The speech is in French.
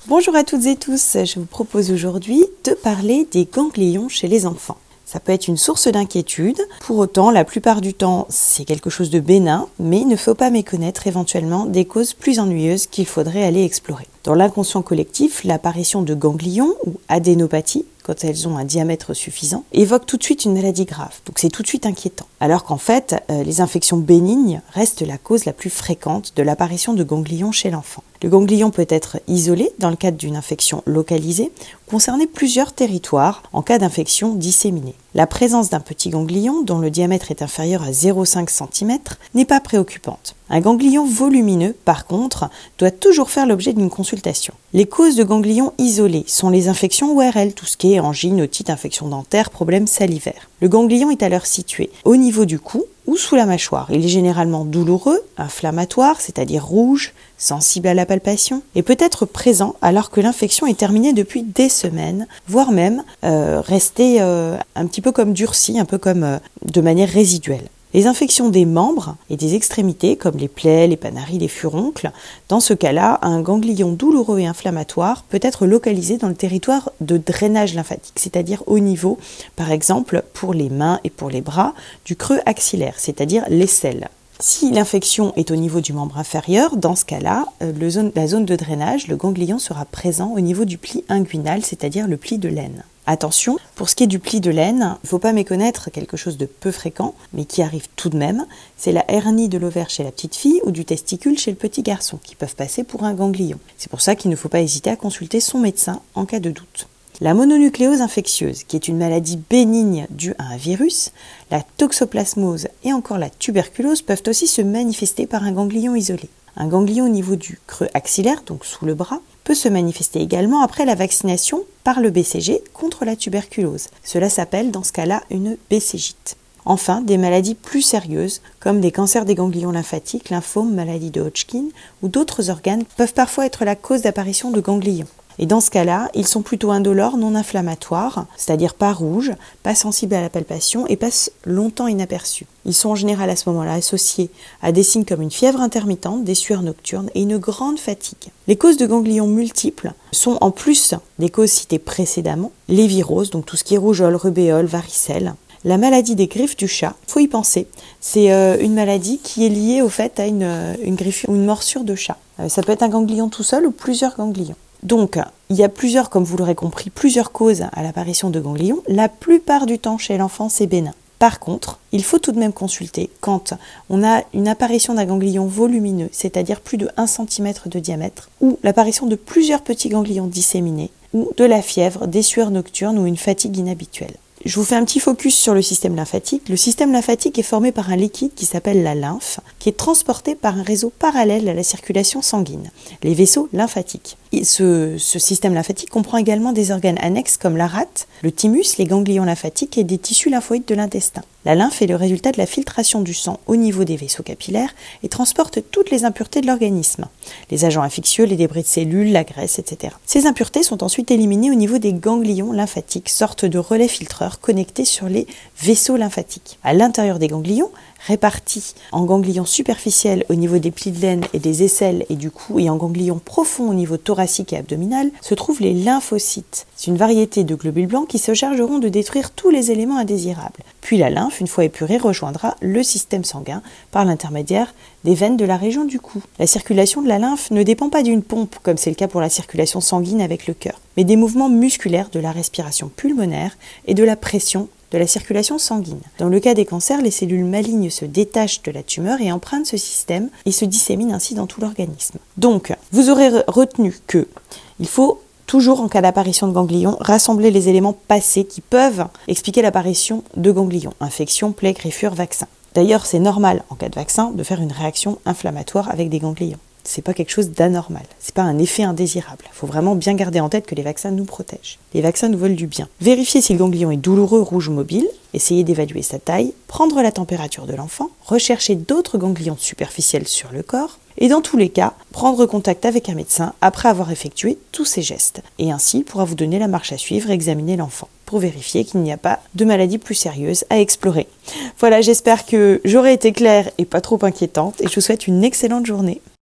Bonjour à toutes et tous, je vous propose aujourd'hui de parler des ganglions chez les enfants. Ça peut être une source d'inquiétude, pour autant la plupart du temps c'est quelque chose de bénin, mais il ne faut pas méconnaître éventuellement des causes plus ennuyeuses qu'il faudrait aller explorer. Dans l'inconscient collectif, l'apparition de ganglions ou adénopathies, quand elles ont un diamètre suffisant, évoque tout de suite une maladie grave, donc c'est tout de suite inquiétant. Alors qu'en fait, les infections bénignes restent la cause la plus fréquente de l'apparition de ganglions chez l'enfant. Le ganglion peut être isolé dans le cadre d'une infection localisée, concerner plusieurs territoires en cas d'infection disséminée. La présence d'un petit ganglion dont le diamètre est inférieur à 0,5 cm n'est pas préoccupante. Un ganglion volumineux, par contre, doit toujours faire l'objet d'une consultation. Les causes de ganglions isolés sont les infections ORL, tout ce qui est angine, otite, infection dentaire, problèmes salivaires. Le ganglion est alors situé au niveau du cou ou sous la mâchoire. Il est généralement douloureux, inflammatoire, c'est-à-dire rouge, sensible à la palpation, et peut être présent alors que l'infection est terminée depuis des semaines, voire même rester un petit peu comme durci, un peu comme de manière résiduelle. Les infections des membres et des extrémités, comme les plaies, les panaries, les furoncles, dans ce cas-là, un ganglion douloureux et inflammatoire peut être localisé dans le territoire de drainage lymphatique, c'est-à-dire au niveau, par exemple, pour les mains et pour les bras, du creux axillaire, c'est-à-dire l'aisselle. Si l'infection est au niveau du membre inférieur, dans ce cas-là, la zone de drainage, le ganglion sera présent au niveau du pli inguinal, c'est-à-dire le pli de l'aine. Attention, pour ce qui est du pli de l'aine, il ne faut pas méconnaître quelque chose de peu fréquent, mais qui arrive tout de même, c'est la hernie de l'ovaire chez la petite fille ou du testicule chez le petit garçon, qui peuvent passer pour un ganglion. C'est pour ça qu'il ne faut pas hésiter à consulter son médecin en cas de doute. La mononucléose infectieuse, qui est une maladie bénigne due à un virus, la toxoplasmose et encore la tuberculose peuvent aussi se manifester par un ganglion isolé. Un ganglion au niveau du creux axillaire, donc sous le bras, peut se manifester également après la vaccination par le BCG contre la tuberculose. Cela s'appelle dans ce cas-là une BCGite. Enfin, des maladies plus sérieuses, comme des cancers des ganglions lymphatiques, lymphomes, maladies de Hodgkin ou d'autres organes, peuvent parfois être la cause d'apparition de ganglions. Et dans ce cas-là, ils sont plutôt indolores, non inflammatoires, c'est-à-dire pas rouges, pas sensibles à la palpation et passent longtemps inaperçus. Ils sont en général à ce moment-là associés à des signes comme une fièvre intermittente, des sueurs nocturnes et une grande fatigue. Les causes de ganglions multiples sont, en plus des causes citées précédemment, les viroses, donc tout ce qui est rougeole, rubéole, varicelle. La maladie des griffes du chat, il faut y penser, c'est une maladie qui est liée au fait à une griffure ou une morsure de chat. Ça peut être un ganglion tout seul ou plusieurs ganglions. Donc, il y a comme vous l'aurez compris, plusieurs causes à l'apparition de ganglions. La plupart du temps, chez l'enfant, c'est bénin. Par contre, il faut tout de même consulter quand on a une apparition d'un ganglion volumineux, c'est-à-dire plus de 1 cm de diamètre, ou l'apparition de plusieurs petits ganglions disséminés, ou de la fièvre, des sueurs nocturnes ou une fatigue inhabituelle. Je vous fais un petit focus sur le système lymphatique. Le système lymphatique est formé par un liquide qui s'appelle la lymphe, qui est transporté par un réseau parallèle à la circulation sanguine, les vaisseaux lymphatiques. Et ce système lymphatique comprend également des organes annexes comme la rate, le thymus, les ganglions lymphatiques et des tissus lymphoïdes de l'intestin. La lymphe est le résultat de la filtration du sang au niveau des vaisseaux capillaires et transporte toutes les impuretés de l'organisme, les agents infectieux, les débris de cellules, la graisse, etc. Ces impuretés sont ensuite éliminées au niveau des ganglions lymphatiques, sorte de relais filtreurs connectés sur les vaisseaux lymphatiques. À l'intérieur des ganglions, répartis en ganglions superficiels au niveau des plis de l'aine et des aisselles et du cou et en ganglions profonds au niveau thoracique et abdominal, se trouvent les lymphocytes. C'est une variété de globules blancs qui se chargeront de détruire tous les éléments indésirables. Puis la lymphe, une fois épurée, rejoindra le système sanguin par l'intermédiaire des veines de la région du cou. La circulation de la lymphe ne dépend pas d'une pompe, comme c'est le cas pour la circulation sanguine avec le cœur, mais des mouvements musculaires de la respiration pulmonaire et de la pression de la circulation sanguine. Dans le cas des cancers, les cellules malignes se détachent de la tumeur et empruntent ce système et se disséminent ainsi dans tout l'organisme. Donc, vous aurez retenu que il faut toujours, en cas d'apparition de ganglions, rassembler les éléments passés qui peuvent expliquer l'apparition de ganglions, infection, plaie, greffure, vaccin. D'ailleurs, c'est normal, en cas de vaccin, de faire une réaction inflammatoire avec des ganglions. C'est pas quelque chose d'anormal, c'est pas un effet indésirable. Il faut vraiment bien garder en tête que les vaccins nous protègent. Les vaccins nous veulent du bien. Vérifiez si le ganglion est douloureux, rouge ou mobile, essayez d'évaluer sa taille, prendre la température de l'enfant, rechercher d'autres ganglions superficiels sur le corps, et dans tous les cas, prendre contact avec un médecin après avoir effectué tous ces gestes. Et ainsi, il pourra vous donner la marche à suivre et examiner l'enfant pour vérifier qu'il n'y a pas de maladie plus sérieuse à explorer. Voilà, j'espère que j'aurai été claire et pas trop inquiétante, et je vous souhaite une excellente journée.